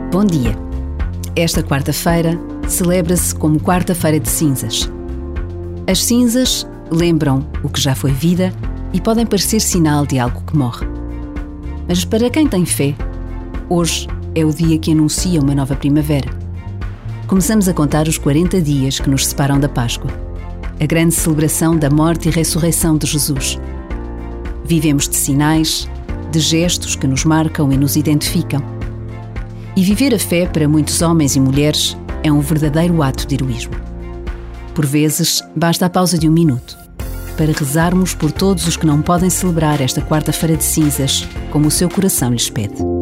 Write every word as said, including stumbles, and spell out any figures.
Bom dia. Esta quarta-feira celebra-se como Quarta-feira de Cinzas. As cinzas lembram o que já foi vida e podem parecer sinal de algo que morre. Mas para quem tem fé, hoje é o dia que anuncia uma nova primavera. Começamos a contar os quarenta dias que nos separam da Páscoa, a grande celebração da morte e ressurreição de Jesus. Vivemos de sinais, de gestos que nos marcam e nos identificam. E viver a fé para muitos homens e mulheres é um verdadeiro ato de heroísmo. Por vezes, basta a pausa de um minuto para rezarmos por todos os que não podem celebrar esta quarta-feira de cinzas como o seu coração lhes pede.